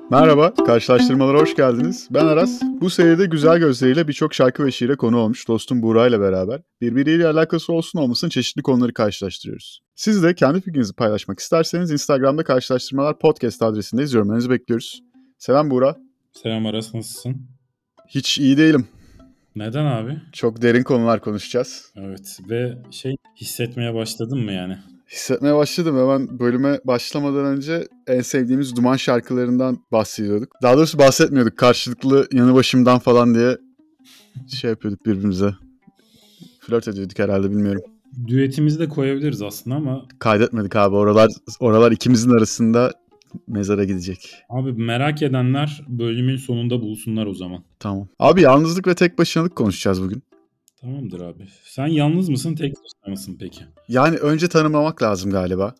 Merhaba, karşılaştırmalara hoş geldiniz. Ben Aras. Bu seride güzel gözleriyle birçok şarkı ve şiire konu olmuş dostum Buğra ile beraber birbiriyle alakası olsun olmasın çeşitli konuları karşılaştırıyoruz. Siz de kendi fikrinizi paylaşmak isterseniz Instagram'da Karşılaştırmalar Podcast adresindeyiz. Yorumlarınızı bekliyoruz. Selam Buğra. Selam Aras, nasılsın? Hiç iyi değilim. Neden abi? Çok derin konular konuşacağız. Evet ve hissetmeye başladın mı yani? Hissetmeye başladım. Hemen bölüme başlamadan önce en sevdiğimiz Duman şarkılarından bahsediyorduk. Daha doğrusu bahsetmiyorduk. Karşılıklı yanı başımdan falan diye yapıyorduk birbirimize. Flört ediyorduk herhalde, bilmiyorum. Düetimizi de koyabiliriz aslında ama... Kaydetmedik abi. Oralar ikimizin arasında mezara gidecek. Abi merak edenler bölümün sonunda bulsunlar o zaman. Tamam. Abi yalnızlık ve tek başınalık konuşacağız bugün. Tamamdır abi. Sen yalnız mısın, tek başına mısın peki? Yani önce tanımlamak lazım galiba.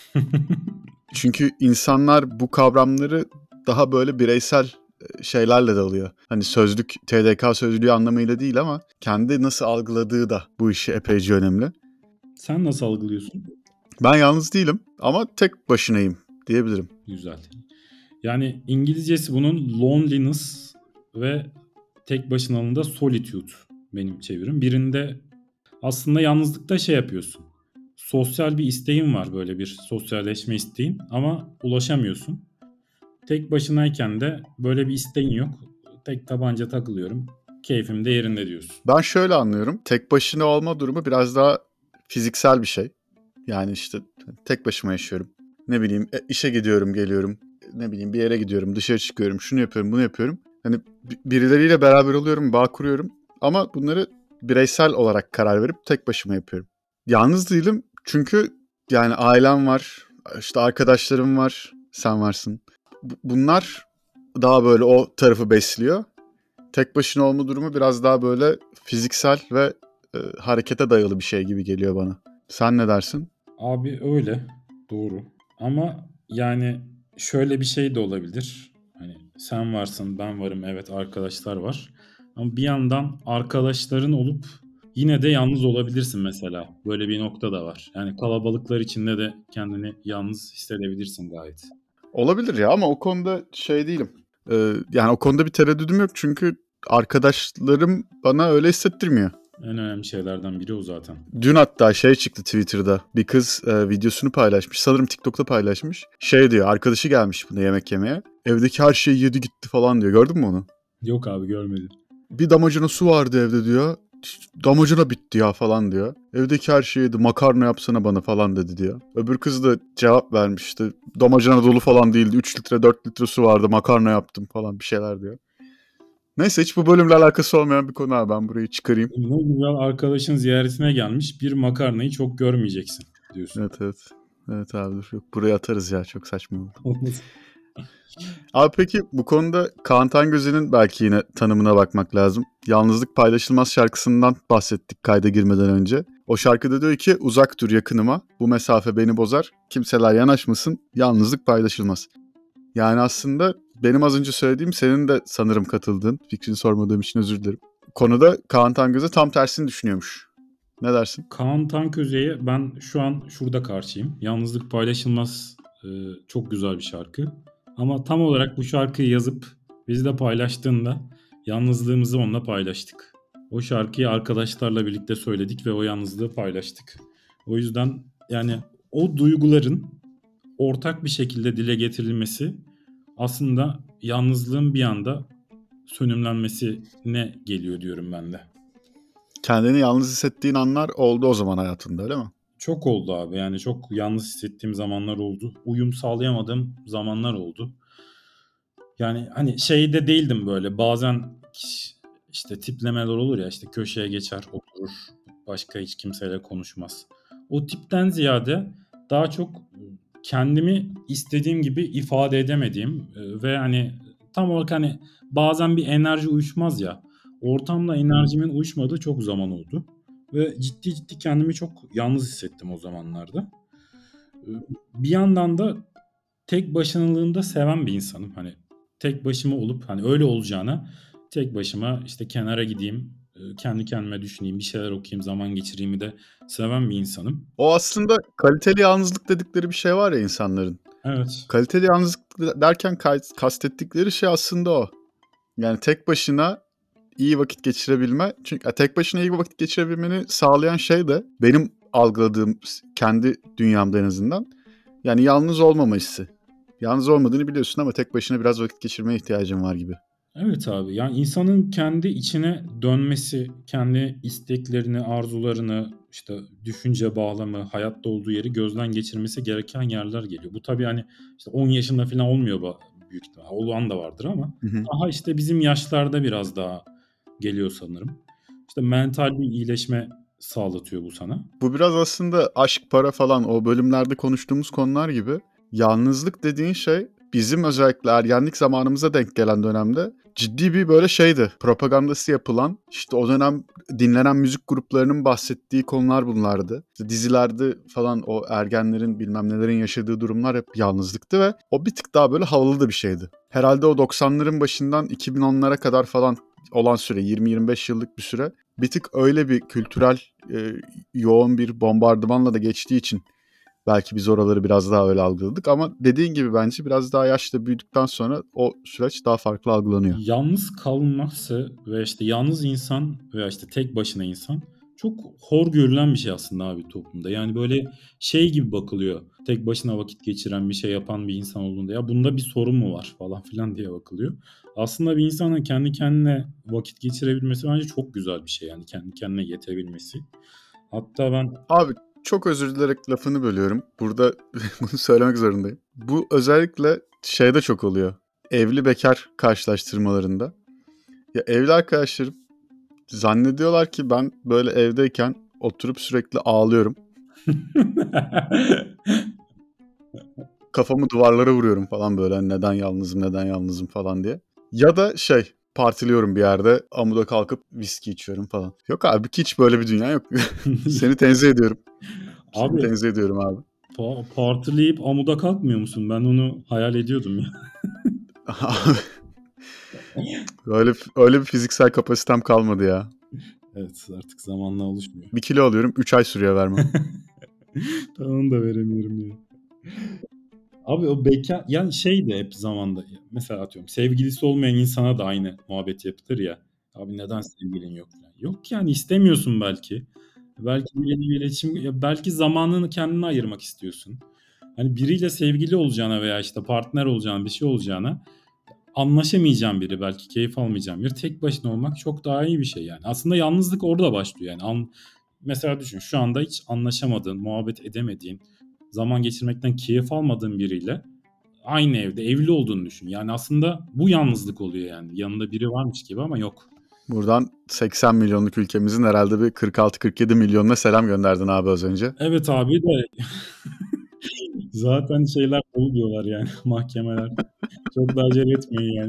Çünkü insanlar bu kavramları daha böyle bireysel şeylerle de alıyor. Hani sözlük, TDK sözlüğü anlamıyla değil ama kendi nasıl algıladığı da bu işi epeyce önemli. Sen nasıl algılıyorsun? Ben yalnız değilim ama tek başınayım diyebilirim. Güzel. Yani İngilizcesi bunun loneliness ve tek başınalığında solitude benim çevirim. Birinde aslında yalnızlıkta yapıyorsun. Sosyal bir isteğin var, böyle bir sosyalleşme isteğin ama ulaşamıyorsun. Tek başınayken de böyle bir isteğin yok. Tek tabanca takılıyorum. Keyfim de yerinde diyorsun. Ben şöyle anlıyorum. Tek başına olma durumu biraz daha fiziksel bir şey. Yani işte tek başıma yaşıyorum. Ne bileyim işe gidiyorum, geliyorum. Ne bileyim bir yere gidiyorum, dışarı çıkıyorum, şunu yapıyorum, bunu yapıyorum. Hani birileriyle beraber oluyorum, bağ kuruyorum. Ama bunları bireysel olarak karar verip tek başıma yapıyorum. Yalnız değilim çünkü yani ailem var, işte arkadaşlarım var, sen varsın. Bunlar daha böyle o tarafı besliyor. Tek başına olma durumu biraz daha böyle fiziksel ve harekete dayalı bir şey gibi geliyor bana. Sen ne dersin? Abi öyle. Doğru. Ama yani şöyle bir şey de olabilir. Hani sen varsın, ben varım, evet arkadaşlar var. Ama bir yandan arkadaşların olup yine de yalnız olabilirsin mesela. Böyle bir nokta da var. Yani kalabalıklar içinde de kendini yalnız hissedebilirsin gayet. Olabilir ya ama o konuda değilim. Yani o konuda bir tereddüdüm yok çünkü arkadaşlarım bana öyle hissettirmiyor. En önemli şeylerden biri o zaten. Dün hatta çıktı Twitter'da. Bir kız videosunu paylaşmış. Sanırım TikTok'ta paylaşmış. Diyor, arkadaşı gelmiş buna yemek yemeye. Evdeki her şeyi yedi gitti falan diyor. Gördün mü onu? Yok abi, görmedim. Bir damacana su vardı evde diyor. Damacana bitti ya falan diyor. Evdeki her şeyi yedi, makarna yapsana bana falan dedi diyor. Öbür kız da cevap vermişti. Damacana dolu falan değildi. 3 litre 4 litre su vardı, makarna yaptım falan bir şeyler diyor. Neyse, hiç bu bölümle alakası olmayan bir konu abi, ben burayı çıkarayım. Ne güzel, arkadaşın ziyaretine gelmiş, bir makarnayı çok görmeyeceksin diyorsun. Evet. Evet abi, dur. Yok, buraya atarız ya, çok saçma oldu. Olmaz. Abi peki bu konuda Kaan Tangöze'nin belki yine tanımına bakmak lazım. Yalnızlık Paylaşılmaz şarkısından bahsettik kayda girmeden önce. O şarkıda diyor ki uzak dur yakınıma, bu mesafe beni bozar, kimseler yanaşmasın, yalnızlık paylaşılmaz. Yani aslında benim az önce söylediğim, senin de sanırım katıldığın, fikrini sormadığım için özür dilerim. Konuda Kaan Tangöze tam tersini düşünüyormuş. Ne dersin? Kaan Tanköze'ye ben şu an şurada karşıyım. Yalnızlık Paylaşılmaz çok güzel bir şarkı. Ama tam olarak bu şarkıyı yazıp bizi de paylaştığında yalnızlığımızı onunla paylaştık. O şarkıyı arkadaşlarla birlikte söyledik ve o yalnızlığı paylaştık. O yüzden yani o duyguların ortak bir şekilde dile getirilmesi aslında yalnızlığın bir anda sönümlenmesine geliyor diyorum ben de. Kendini yalnız hissettiğin anlar oldu o zaman hayatında, öyle mi? Çok oldu abi, yani çok yalnız hissettiğim zamanlar oldu. Uyum sağlayamadığım zamanlar oldu. Yani hani şeyde değildim, böyle bazen işte tiplemeler olur ya, işte köşeye geçer oturur, başka hiç kimseyle konuşmaz. O tipten ziyade daha çok kendimi istediğim gibi ifade edemediğim ve hani tam olarak hani bazen bir enerji uyuşmaz ya, ortamla enerjimin uyuşmadığı çok zaman oldu. Ve ciddi ciddi kendimi çok yalnız hissettim o zamanlarda. Bir yandan da tek başınalığını da seven bir insanım. Hani tek başıma olup hani öyle olacağına tek başıma işte kenara gideyim, kendi kendime düşüneyim, bir şeyler okuyayım, zaman geçireyim'i de seven bir insanım. O aslında kaliteli yalnızlık dedikleri bir şey var ya insanların. Evet. Kaliteli yalnızlık derken kastettikleri şey aslında o. Yani tek başına iyi vakit geçirebilme. Çünkü tek başına iyi vakit geçirebilmeni sağlayan şey de benim algıladığım kendi dünyamda en azından. Yani yalnız olmama hissi. Yalnız olmadığını biliyorsun ama tek başına biraz vakit geçirmeye ihtiyacın var gibi. Evet abi. Yani insanın kendi içine dönmesi, kendi isteklerini, arzularını, işte düşünce bağlamı, hayatta olduğu yeri gözden geçirmesi gereken yerler geliyor. Bu tabii hani işte 10 yaşında falan olmuyor büyük ihtimal. Olan da vardır ama Hı hı. daha işte bizim yaşlarda biraz daha geliyor sanırım. İşte mental bir iyileşme sağlatıyor bu sana. Bu biraz aslında aşk, para falan o bölümlerde konuştuğumuz konular gibi. Yalnızlık dediğin şey bizim özellikle ergenlik zamanımıza denk gelen dönemde ciddi bir böyle şeydi. Propagandası yapılan, işte o dönem dinlenen müzik gruplarının bahsettiği konular bunlardı. İşte dizilerde falan o ergenlerin bilmem nelerin yaşadığı durumlar hep yalnızlıktı ve o bir tık daha böyle havalı da bir şeydi. Herhalde o 90'ların başından 2010'lara kadar falan olan süre, 20-25 yıllık bir süre bir tık öyle bir kültürel yoğun bir bombardımanla da geçtiği için belki biz oraları biraz daha öyle algıladık ama dediğin gibi bence biraz daha yaşta büyüdükten sonra o süreç daha farklı algılanıyor. Yalnız kalması ve işte yalnız insan veya işte tek başına insan çok hor görülen bir şey aslında abi toplumda. Yani böyle şey gibi bakılıyor. Tek başına vakit geçiren bir şey yapan bir insan olduğunda ya bunda bir sorun mu var falan filan diye bakılıyor. Aslında bir insanın kendi kendine vakit geçirebilmesi bence çok güzel bir şey yani kendi kendine yetebilmesi. Hatta ben Abi çok özür dilerek lafını bölüyorum. Burada bunu söylemek zorundayım. Bu özellikle şeyde çok oluyor. Evli bekar karşılaştırmalarında. Ya evli arkadaşlarım zannediyorlar ki ben böyle evdeyken oturup sürekli ağlıyorum. Kafamı duvarlara vuruyorum falan böyle hani neden yalnızım falan diye. Ya da partiliyorum bir yerde amuda kalkıp viski içiyorum falan. Yok abi hiç böyle bir dünya yok. Seni tenzih ediyorum. Seni abi tenzih ediyorum abi. partileyip amuda kalkmıyor musun? Ben onu hayal ediyordum ya. Abi öyle bir fiziksel kapasitem kalmadı ya. Evet artık zamanla oluşmuyor. 1 kilo alıyorum 3 ay sürüyor vermem. Ben onu da veremiyorum ya. Abi o bekar yani şey de hep zamanda mesela atıyorum sevgilisi olmayan insana da aynı muhabbet yapılır ya. Abi neden sevgilin yok falan. Yok yani istemiyorsun belki. Belki biriyle bir iletişim belki zamanını kendine ayırmak istiyorsun. Hani biriyle sevgili olacağına veya işte partner olacağına bir şey olacağına anlaşamayacağın biri belki keyif almayacağın biri tek başına olmak çok daha iyi bir şey yani. Aslında yalnızlık orada başlıyor yani. Mesela düşün şu anda hiç anlaşamadığın, muhabbet edemediğin, zaman geçirmekten keyif almadığın biriyle aynı evde evli olduğunu düşün. Yani aslında bu yalnızlık oluyor yani. Yanında biri varmış gibi ama yok. Buradan 80 milyonluk ülkemizin herhalde bir 46-47 milyonuna selam gönderdin abi az önce. Evet abi de zaten şeyler dolu diyorlar yani mahkemeler. Çok da acele etmeyin yani.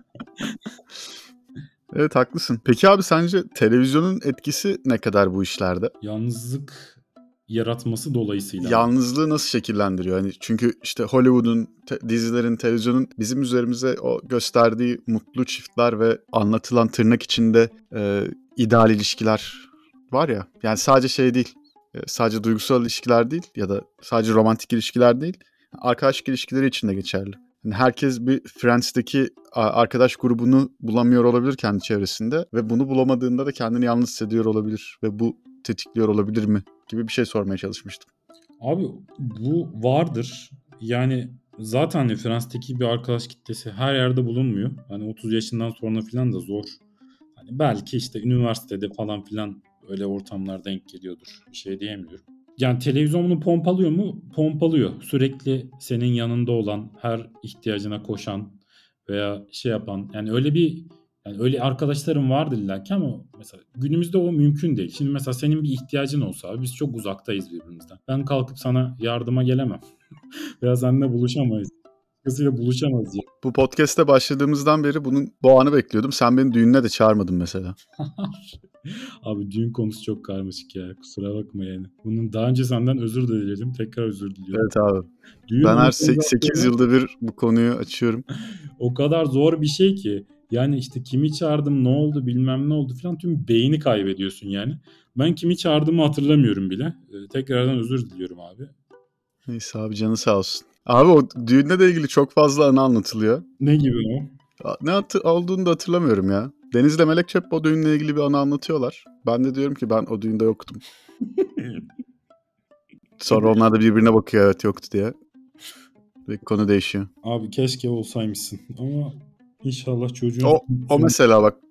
Evet haklısın. Peki abi sence televizyonun etkisi ne kadar bu işlerde? Yalnızlık yaratması dolayısıyla mı? Yalnızlığı nasıl şekillendiriyor? Hani çünkü işte Hollywood'un, dizilerin, televizyonun bizim üzerimize o gösterdiği mutlu çiftler ve anlatılan tırnak içinde ideal ilişkiler var ya. Yani sadece şey değil, sadece duygusal ilişkiler değil ya da sadece romantik ilişkiler değil, arkadaşlık ilişkileri için de geçerli. Yani herkes bir Friends'teki arkadaş grubunu bulamıyor olabilir kendi çevresinde ve bunu bulamadığında da kendini yalnız hissediyor olabilir ve bu tetikliyor olabilir mi gibi bir şey sormaya çalışmıştım. Abi bu vardır. Yani zaten Fransa'daki bir arkadaş kitlesi her yerde bulunmuyor. Hani 30 yaşından sonra falan da zor. Hani belki işte üniversitede falan filan öyle ortamlar denk geliyordur. Bir şey diyemiyorum. Yani televizyon bunu pompalıyor mu? Pompalıyor. Sürekli senin yanında olan, her ihtiyacına koşan veya şey yapan. Yani öyle arkadaşlarım vardır illa ki ama mesela günümüzde o mümkün değil. Şimdi mesela senin bir ihtiyacın olsa abi biz çok uzaktayız birbirimizden. Ben kalkıp sana yardıma gelemem. Veya seninle buluşamayız. Başkasıyla buluşamayız ya. Bu podcast'te başladığımızdan beri bu anı bekliyordum. Sen beni düğününe de çağırmadın mesela. Abi düğün konusu çok karmaşık ya. Kusura bakma yani. Bunun daha önce senden özür de diledim. Tekrar özür diliyorum. Evet abi. Düğün Ben her organizasyonu 8 yılda bir bu konuyu açıyorum. o kadar zor bir şey ki. Yani işte kimi çağırdım, ne oldu, bilmem ne oldu falan tüm beyni kaybediyorsun yani. Ben kimi çağırdığımı hatırlamıyorum bile. Tekrardan özür diliyorum abi. Neyse abi canı sağ olsun. Abi o düğünle de ilgili çok fazla anı anlatılıyor. Ne gibi o? Olduğunu da hatırlamıyorum ya. Deniz'le Melek hep o düğünle ilgili bir anı anlatıyorlar. Ben de diyorum ki ben o düğünde yoktum. Sonra onlar da birbirine bakıyor evet yoktu diye. Ve konu değişiyor. Abi keşke olsaymışsın ama inşallah çocuğun... O mesela bak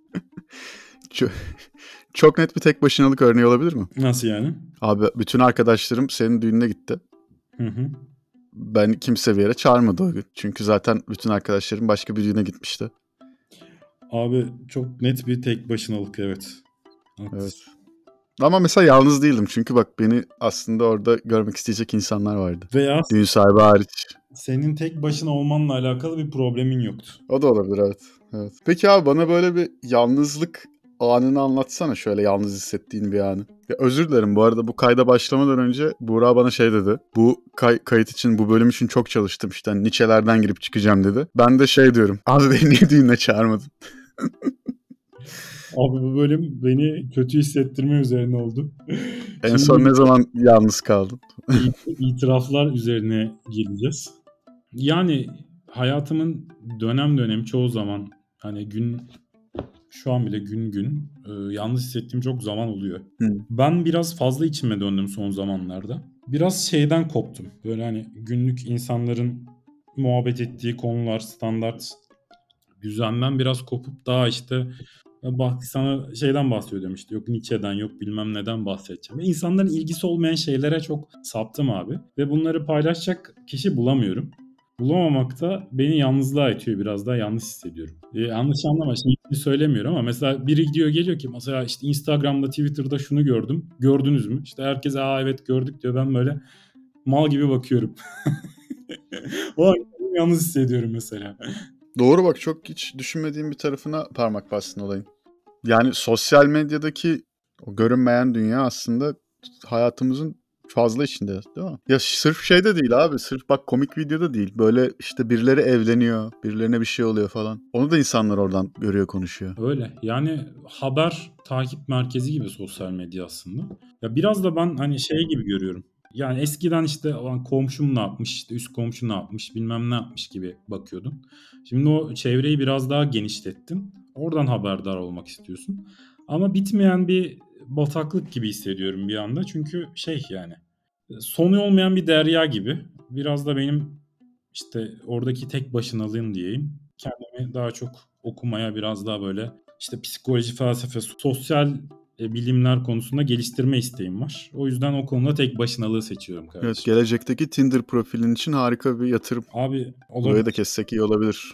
çok net bir tek başınalık örneği olabilir mi? Nasıl yani? Abi bütün arkadaşlarım senin düğününe gitti. Hı hı. Ben kimse bir yere çağırmadı o gün. Çünkü zaten bütün arkadaşlarım başka bir düğüne gitmişti. Abi çok net bir tek başınalık evet. Evet. Ama mesela yalnız değildim. Çünkü bak beni aslında orada görmek isteyecek insanlar vardı. Veya Düğün sahibi hariç. senin tek başına olmanla alakalı bir problemin yoktu. O da olabilir evet. Peki abi bana böyle bir yalnızlık anını anlatsana, şöyle yalnız hissettiğin bir anı. Ya özür dilerim bu arada, bu kayda başlamadan önce Buğra bana şey dedi. Bu kayıt için, bu bölüm için çok çalıştım işte. Hani Nietzsche'lerden girip çıkacağım dedi. Ben de şey diyorum. Abi beni niye düğüne çağırmadın? Abi bu bölüm beni kötü hissettirme üzerine oldu. En son ne zaman yalnız kaldın? itiraflar üzerine geleceğiz. Yani hayatımın dönem dönem çoğu zaman hani şu an bile gün yalnız hissettiğim çok zaman oluyor. Ben biraz fazla içime döndüm son zamanlarda. Biraz şeyden koptum. Böyle hani günlük insanların muhabbet ettiği konular, standart düzenden biraz kopup daha işte bak sana şeyden bahsediyorum işte yok Nietzsche'den yok bilmem neden bahsedeceğim. İnsanların ilgisi olmayan şeylere çok saptım abi ve bunları paylaşacak kişi bulamıyorum. Bulamamak da beni yalnızlığa itiyor, biraz daha yalnız hissediyorum. Yanlış anlama şimdi söylemiyorum ama mesela biri gidiyor geliyor ki mesela işte Instagram'da Twitter'da şunu gördüm. Gördünüz mü? İşte herkes evet gördük diyor, ben böyle mal gibi bakıyorum. O an yalnız hissediyorum mesela. Doğru bak, çok hiç düşünmediğim bir tarafına parmak bastın olayın. Yani sosyal medyadaki o görünmeyen dünya aslında hayatımızın fazla içinde değil mi? Ya sırf şey de değil abi, sırf bak komik videoda değil. Böyle işte birileri evleniyor, birilerine bir şey oluyor falan. Onu da insanlar oradan görüyor, konuşuyor. Öyle yani haber takip merkezi gibi sosyal medya aslında. Ya biraz da ben hani şey gibi görüyorum. Yani eskiden işte "Ulan komşum ne yapmış, işte üst komşu ne yapmış, bilmem ne yapmış" gibi bakıyordun. Şimdi o çevreyi biraz daha genişlettin. Oradan haberdar olmak istiyorsun. Ama bitmeyen bir bataklık gibi hissediyorum bir anda. Çünkü şey yani sonu olmayan bir derya gibi. Biraz da benim işte oradaki tek başınalığım diyeyim. Kendimi daha çok okumaya, biraz daha böyle işte psikoloji, felsefe, sosyal bilimler konusunda geliştirme isteğim var. O yüzden o konuda tek başınalığı seçiyorum Evet, kardeşim. gelecekteki Tinder profilin için harika bir yatırım. Abi Burayı da kessek iyi olabilir.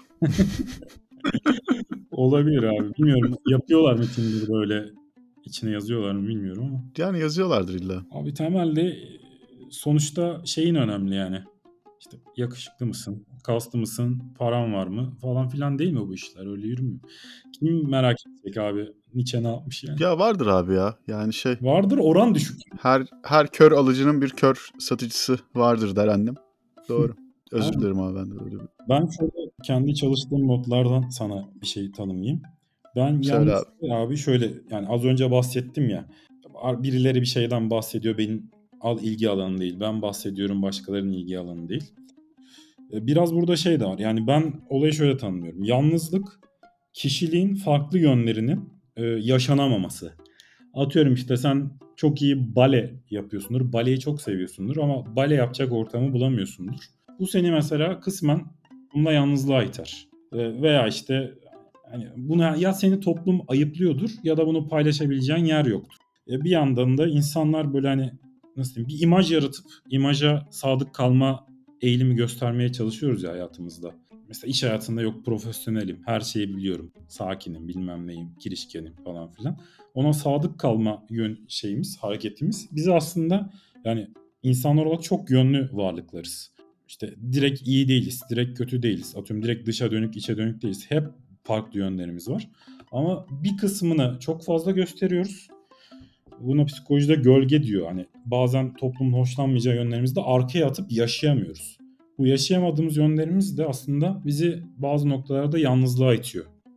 olabilir abi. Bilmiyorum yapıyorlar mı Tinder'da, öyle içine yazıyorlar mı bilmiyorum ama. Yani yazıyorlardır illa. Abi temelde sonuçta şeyin önemli yani. İşte yakışıklı mısın, kaslı mısın, paran var mı falan filan değil mi bu işler? Öyle yürümüyor. Kim merak edecek abi Nietzsche ne yapmış yani? Ya vardır abi ya. Yani şey, Vardır, oran düşük. her kör alıcının bir kör satıcısı vardır der annem. Doğru. Özür Abi, dilerim abi, ben de öyle bir... ben şöyle kendi çalıştığım notlardan sana bir şey tanımlayayım. Ben Söyle yalnız abi. abi şöyle yani az önce bahsettim ya, birileri bir şeyden bahsediyor, benim ilgi alanı değil. Ben bahsediyorum, başkalarının ilgi alanı değil. Biraz burada şey de var. Yani ben olayı şöyle tanımlıyorum. Yalnızlık kişiliğin farklı yönlerinin yaşanamaması. Atıyorum işte sen çok iyi bale yapıyorsundur. Baleyi çok seviyorsundur ama bale yapacak ortamı bulamıyorsundur. Bu seni mesela kısmen bununla yalnızlığa iter. Veya işte hani buna ya seni toplum ayıplıyordur ya da bunu paylaşabileceğin yer yoktur. Bir yandan da insanlar böyle hani nasıl diyeyim, bir imaj yaratıp imaja sadık kalma eğilimi göstermeye çalışıyoruz ya hayatımızda. Mesela iş hayatında yok profesyonelim, her şeyi biliyorum, sakinim, bilmem neyim, girişkenim falan filan. Ona sadık kalma hareketimiz bizi aslında yani insanlar olarak çok yönlü varlıklarız. İşte direkt iyi değiliz, direkt kötü değiliz. Atıyorum direkt dışa dönük, içe dönük değiliz. Hep farklı yönlerimiz var. Ama bir kısmını çok fazla gösteriyoruz. Buna psikolojide gölge diyor. Hani bazen toplumun hoşlanmayacağı yönlerimizi de arkaya atıp yaşayamıyoruz. Bu yaşayamadığımız yönlerimiz de aslında bizi bazı noktalarda yalnızlığa itiyor.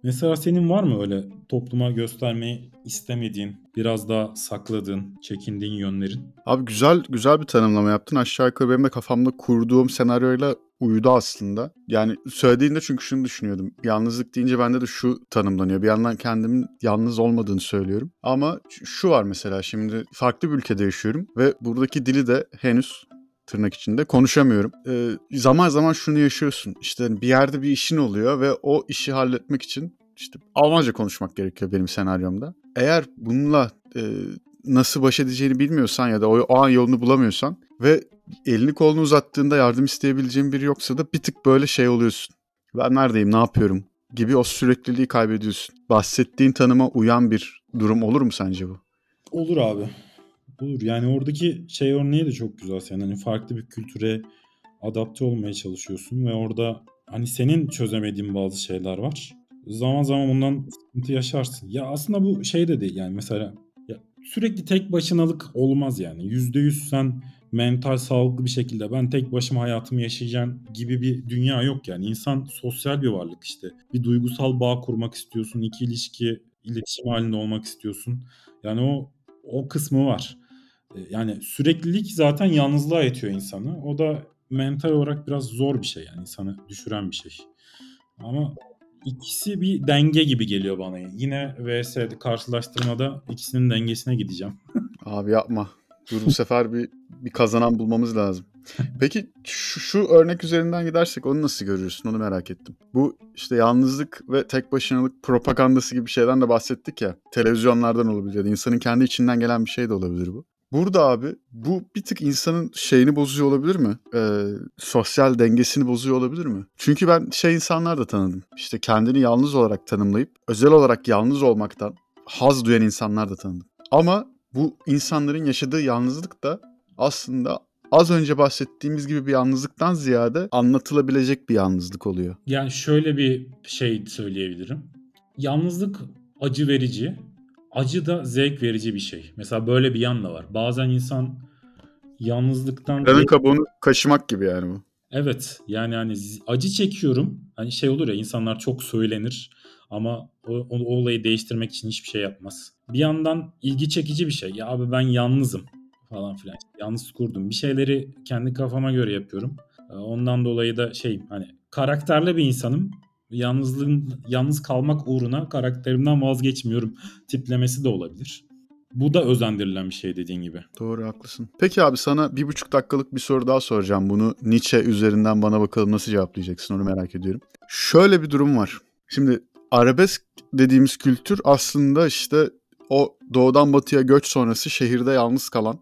Mesela senin var mı öyle topluma göstermeyi istemediğin, biraz daha sakladığın, çekindiğin yönlerin? Abi güzel güzel bir tanımlama yaptın. Aşağı yukarı benim de kafamda kurduğum senaryoyla uydu aslında. Yani söylediğinde çünkü şunu düşünüyordum. Yalnızlık deyince bende de şu tanımlanıyor. Bir yandan kendimin yalnız olmadığını söylüyorum. Ama şu var mesela, şimdi farklı bir ülkede yaşıyorum ve buradaki dili de henüz tırnak içinde konuşamıyorum. Zaman zaman şunu yaşıyorsun. İşte bir yerde bir işin oluyor ve o işi halletmek için işte Almanca konuşmak gerekiyor benim senaryomda. Eğer bununla nasıl baş edeceğini bilmiyorsan ya da o an yolunu bulamıyorsan ve elini kolunu uzattığında yardım isteyebileceğin biri yoksa da bir tık böyle şey oluyorsun. Ben neredeyim, ne yapıyorum gibi o sürekliliği kaybediyorsun. Bahsettiğin tanıma uyan bir durum olur mu sence bu? Olur abi. Olur. Yani oradaki şey örneği de çok güzel. Sen hani farklı bir kültüre adapte olmaya çalışıyorsun ve orada hani senin çözemediğin bazı şeyler var. Zaman zaman bundan sıkıntı yaşarsın. Ya aslında bu şey de değil yani mesela ya sürekli tek başınalık olmaz yani. %100 sen mental sağlıklı bir şekilde ben tek başıma hayatımı yaşayacağım gibi bir dünya yok yani. İnsan sosyal bir varlık işte. Bir duygusal bağ kurmak istiyorsun, iki iletişim halinde olmak istiyorsun. Yani o kısmı var. Yani süreklilik zaten yalnızlığa itiyor insanı. O da mental olarak biraz zor bir şey yani insanı düşüren bir şey. Ama ikisi bir denge gibi geliyor bana. Yine VS'de karşılaştırmada ikisinin dengesine gideceğim. Abi yapma. Dur, bu sefer bir kazanan bulmamız lazım. Peki şu örnek üzerinden gidersek onu nasıl görüyorsun? Onu merak ettim. Bu işte yalnızlık ve tek başınalık propagandası gibi bir şeyden de bahsettik ya. Televizyonlardan olabilir ya da insanın kendi içinden gelen bir şey de olabilir bu. Burada abi bu bir tık insanın şeyini bozuyor olabilir mi? Sosyal dengesini bozuyor olabilir mi? Çünkü ben insanlar da tanıdım. İşte kendini yalnız olarak tanımlayıp özel olarak yalnız olmaktan haz duyan insanlar da tanıdım. Ama bu insanların yaşadığı yalnızlık da aslında az önce bahsettiğimiz gibi bir yalnızlıktan ziyade anlatılabilecek bir yalnızlık oluyor. Yani şöyle bir şey söyleyebilirim. Yalnızlık acı verici, acı da zevk verici bir şey. Mesela böyle bir yan da var. Bazen insan yalnızlıktan Paranın kabuğunu kaşımak gibi yani bu. evet yani hani acı çekiyorum. Hani şey olur ya insanlar çok söylenir ama o olayı değiştirmek için hiçbir şey yapmaz. Bir yandan ilgi çekici bir şey. Ya abi ben yalnızım falan filan. Yalnız kurdum. Bir şeyleri kendi kafama göre yapıyorum. Ondan dolayı da şey hani karakterli bir insanım. Yalnız kalmak uğruna karakterimden vazgeçmiyorum tiplemesi de olabilir. Bu da özendirilen bir şey dediğin gibi. Doğru, haklısın. Peki abi, sana 1,5 dakikalık bir soru daha soracağım. Bunu Nietzsche üzerinden bana bakalım nasıl cevaplayacaksın, onu merak ediyorum. Şöyle bir durum var. Şimdi arabesk dediğimiz kültür aslında işte o doğudan batıya göç sonrası şehirde yalnız kalan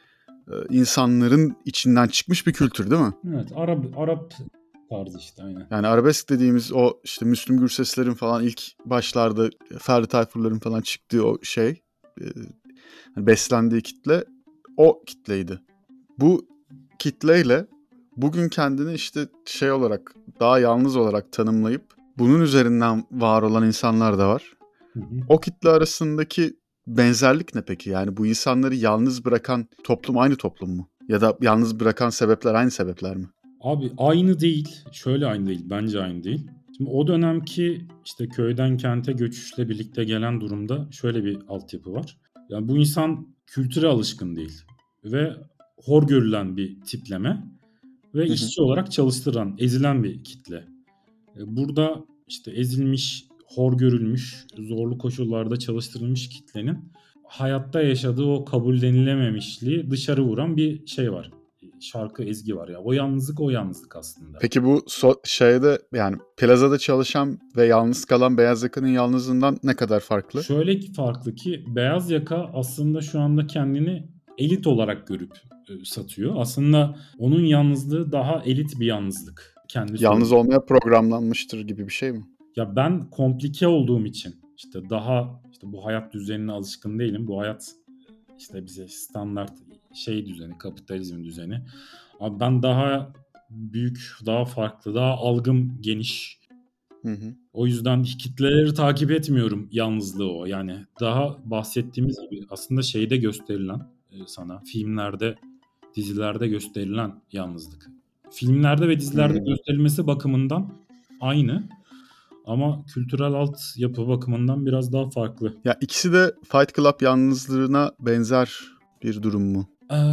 insanların içinden çıkmış bir kültür değil mi? Evet, Arap tarzı işte aynen. Yani arabesk dediğimiz o işte Müslüm Gürseslerin falan ilk başlarda Ferdi Tayfurların falan çıktığı o e, hani beslendiği kitle o kitleydi. Bu kitleyle bugün kendini işte olarak daha yalnız olarak tanımlayıp bunun üzerinden var olan insanlar da var. Hı hı. O kitle arasındaki benzerlik ne peki? Yani bu insanları yalnız bırakan toplum aynı toplum mu? Ya da yalnız bırakan sebepler aynı sebepler mi? Abi aynı değil. Şöyle aynı değil. Bence aynı değil. Şimdi o dönemki işte köyden kente göçüşle birlikte gelen durumda şöyle bir altyapı var. Yani bu insan kültüre alışkın değil. Ve hor görülen bir tipleme. Ve Hı hı. işçi olarak çalıştıran, ezilen bir kitle. Burada işte ezilmiş, hor görülmüş, zorlu koşullarda çalıştırılmış kitlenin hayatta yaşadığı o kabullenilememişliği dışarı vuran bir şey var. Şarkı ezgi var ya. O yalnızlık o yalnızlık aslında. Peki bu yani plazada çalışan ve yalnız kalan beyaz yakanın yalnızlığından ne kadar farklı? Şöyle ki farklı ki beyaz yaka aslında şu anda kendini elit olarak görüp satıyor. Aslında onun yalnızlığı daha elit bir yalnızlık. Kendi Yalnız söylediği. olmaya programlanmıştır gibi bir şey mi? Ya ben komplike olduğum için işte daha işte bu hayat düzenine alışkın değilim. Bu hayat işte bize standart şey düzeni, kapitalizm düzeni. Abi ben daha büyük, daha farklı, daha algım geniş. Hı hı. O yüzden kitleleri takip etmiyorum yalnızlığı o. Yani daha bahsettiğimiz gibi aslında şeyde gösterilen sana filmlerde, dizilerde gösterilen yalnızlık. Filmlerde ve dizilerde Hmm. gösterilmesi bakımından aynı. ama kültürel altyapı bakımından biraz daha farklı. Ya ikisi de Fight Club yalnızlığına benzer bir durum mu?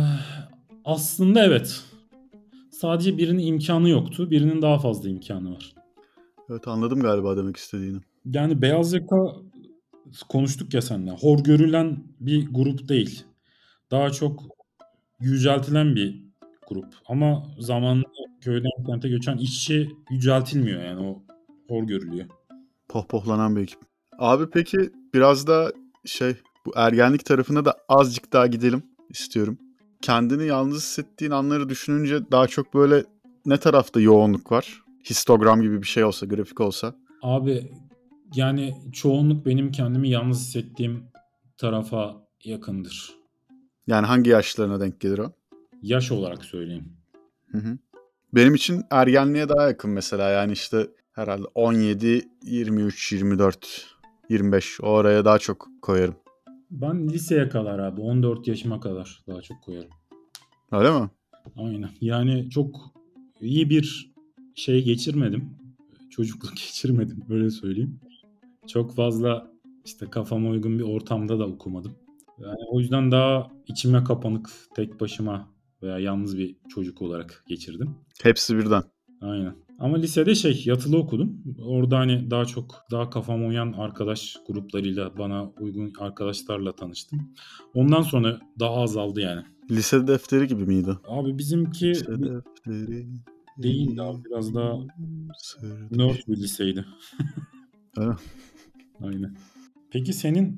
Aslında evet. Sadece birinin imkanı yoktu, birinin daha fazla imkanı var. Evet, anladım galiba demek istediğini. Yani beyaz yaka konuştuk ya seninle. Hor görülen bir grup değil. Daha çok yüceltilen bir grup. Ama zamanla köyden kente göçen işçi yüceltilmiyor, yani o hor görülüyor. Pohpohlanan bir ekip. Abi peki biraz da bu ergenlik tarafına da azıcık daha gidelim istiyorum. Kendini yalnız hissettiğin anları düşününce daha çok böyle ne tarafta yoğunluk var? Histogram gibi bir şey olsa, grafik olsa. Abi yani çoğunluk benim kendimi yalnız hissettiğim tarafa yakındır. Yani hangi yaşlarına denk gelir o? Yaş olarak söyleyeyim. Hı hı. Benim için ergenliğe daha yakın mesela, yani işte herhalde 17, 23, 24, 25 o araya daha çok koyarım. Ben liseye kadar abi 14 yaşıma kadar daha çok koyarım. Öyle mi? Aynen. Yani çok iyi bir şey geçirmedim. Çocukluk geçirmedim, öyle söyleyeyim. Çok fazla işte kafama uygun bir ortamda da okumadım. Yani o yüzden daha içime kapanık, tek başıma veya yalnız bir çocuk olarak geçirdim. Hepsi birden. Aynen. Ama lisede yatılı okudum. Orada hani daha çok daha kafama uyan arkadaş gruplarıyla, bana uygun arkadaşlarla tanıştım. Ondan sonra daha azaldı yani. Lise defteri gibi miydi? Abi bizimki Lise defteri değildi abi. Biraz daha sır nerd dışı. bir liseydi. Öyle. Aynen. Peki senin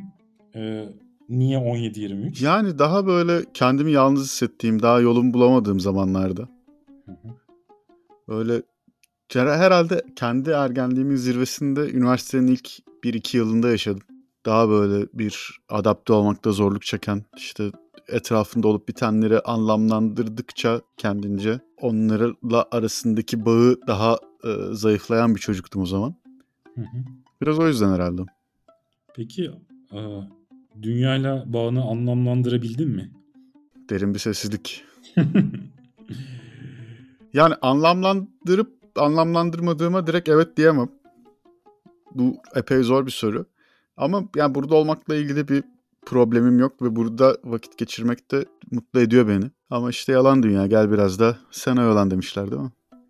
niye 17-23? Yani daha böyle kendimi yalnız hissettiğim, daha yolumu bulamadığım zamanlarda. Hı hı. Öyle herhalde kendi ergenliğimin zirvesinde üniversitenin ilk 1-2 yılında yaşadım. Daha böyle bir adapte olmakta zorluk çeken, işte etrafında olup bitenleri anlamlandırdıkça kendince onlarla arasındaki bağı daha zayıflayan bir çocuktum o zaman. Hı hı. Biraz o yüzden herhalde. Peki e, dünyayla bağını anlamlandırabildin mi? Derin bir sessizlik. Yani anlamlandırmadığıma direkt evet diyemem. Bu epey zor bir soru. Ama yani burada olmakla ilgili bir problemim yok ve burada vakit geçirmek de mutlu ediyor beni. Ama işte yalan dünya, gel biraz da sen oyalan demişler değil mi?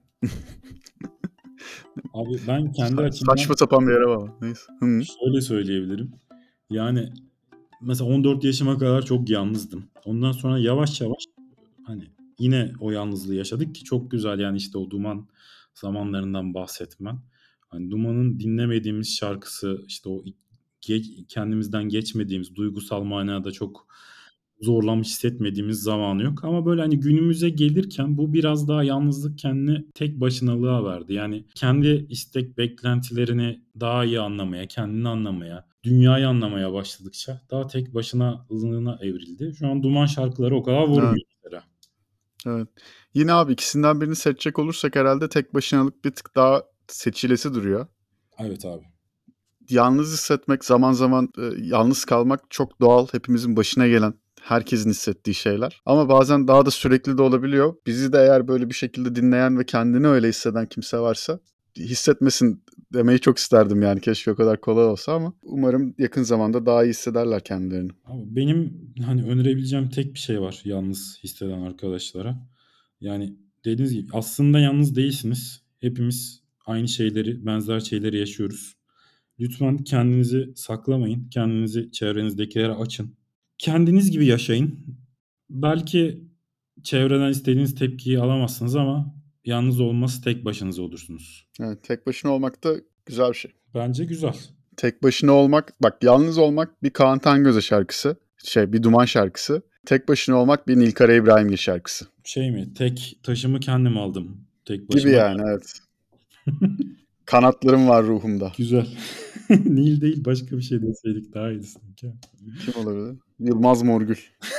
Abi ben kendi açımdan Saçma sapan bir yere bağlı. Neyse. Hı. şöyle söyleyebilirim. Yani mesela 14 yaşıma kadar çok yalnızdım. Ondan sonra yavaş yavaş hani yine o yalnızlığı yaşadık ki çok güzel, yani işte o Duman zamanlarından bahsetmen. Hani Duman'ın dinlemediğimiz şarkısı, işte o kendimizden geçmediğimiz, duygusal manada çok zorlanmış hissetmediğimiz zamanı yok. Ama böyle hani günümüze gelirken bu biraz daha yalnızlık kendini tek başınalığa verdi. Yani kendi istek beklentilerini daha iyi anlamaya, kendini anlamaya, dünyayı anlamaya başladıkça daha tek başınalığına evrildi. Şu an Duman şarkıları o kadar Evet, vurmuyor mesela. evet. Yine abi ikisinden birini seçecek olursak herhalde tek başınalık bir tık daha seçilesi duruyor. Evet abi. Yalnız hissetmek, zaman zaman yalnız kalmak çok doğal. Hepimizin başına gelen, herkesin hissettiği şeyler. Ama bazen daha da sürekli de olabiliyor. Bizi de eğer böyle bir şekilde dinleyen ve kendini öyle hisseden kimse varsa hissetmesin demeyi çok isterdim yani. Keşke o kadar kolay olsa ama umarım yakın zamanda daha iyi hissederler kendilerini. Abi benim hani önerebileceğim tek bir şey var yalnız hisseden arkadaşlara. Yani dediğiniz gibi aslında yalnız değilsiniz. Hepimiz aynı şeyleri, benzer şeyleri yaşıyoruz. Lütfen kendinizi saklamayın. Kendinizi çevrenizdekilere açın. Kendiniz gibi yaşayın. Belki çevreden istediğiniz tepkiyi alamazsınız ama yalnız olması tek başınıza olursunuz. Evet, tek başına olmak da güzel bir şey. Bence güzel. Tek başına olmak, bak yalnız olmak bir Kaan Tangöze şarkısı. Bir Duman şarkısı. Tek başına olmak bir Nilkara İbrahimgil şarkısı. Şey mi? Tek taşımı kendim aldım. Tek Gibi başıma yani, evet. Kanatlarım var ruhumda. güzel. Nil değil, başka bir şey deseydik daha iyiydi sanki. Kim olabilir? Yılmaz Morgül.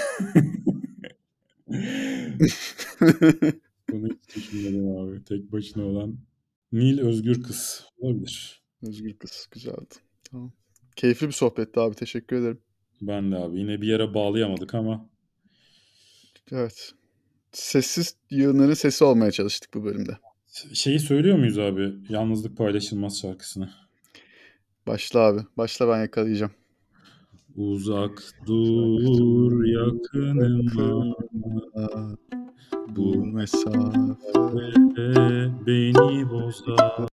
Bunu hiç düşünmedim abi. Tek başına olan Nil Özgür Kız olabilir. Özgür kız. Güzeldi. Tamam. Keyifli bir sohbetti abi. Teşekkür ederim. Ben de abi. Yine bir yere bağlayamadık ama Evet. Sessiz yığınların sesi olmaya çalıştık bu bölümde. şeyi söylüyor muyuz abi? Yalnızlık paylaşılmaz şarkısını. Başla abi. Başla, ben yakalayacağım. Uzak Uzak dur dur yakınıma, yakınıma, bu bu mesafe mesafe beni bozar.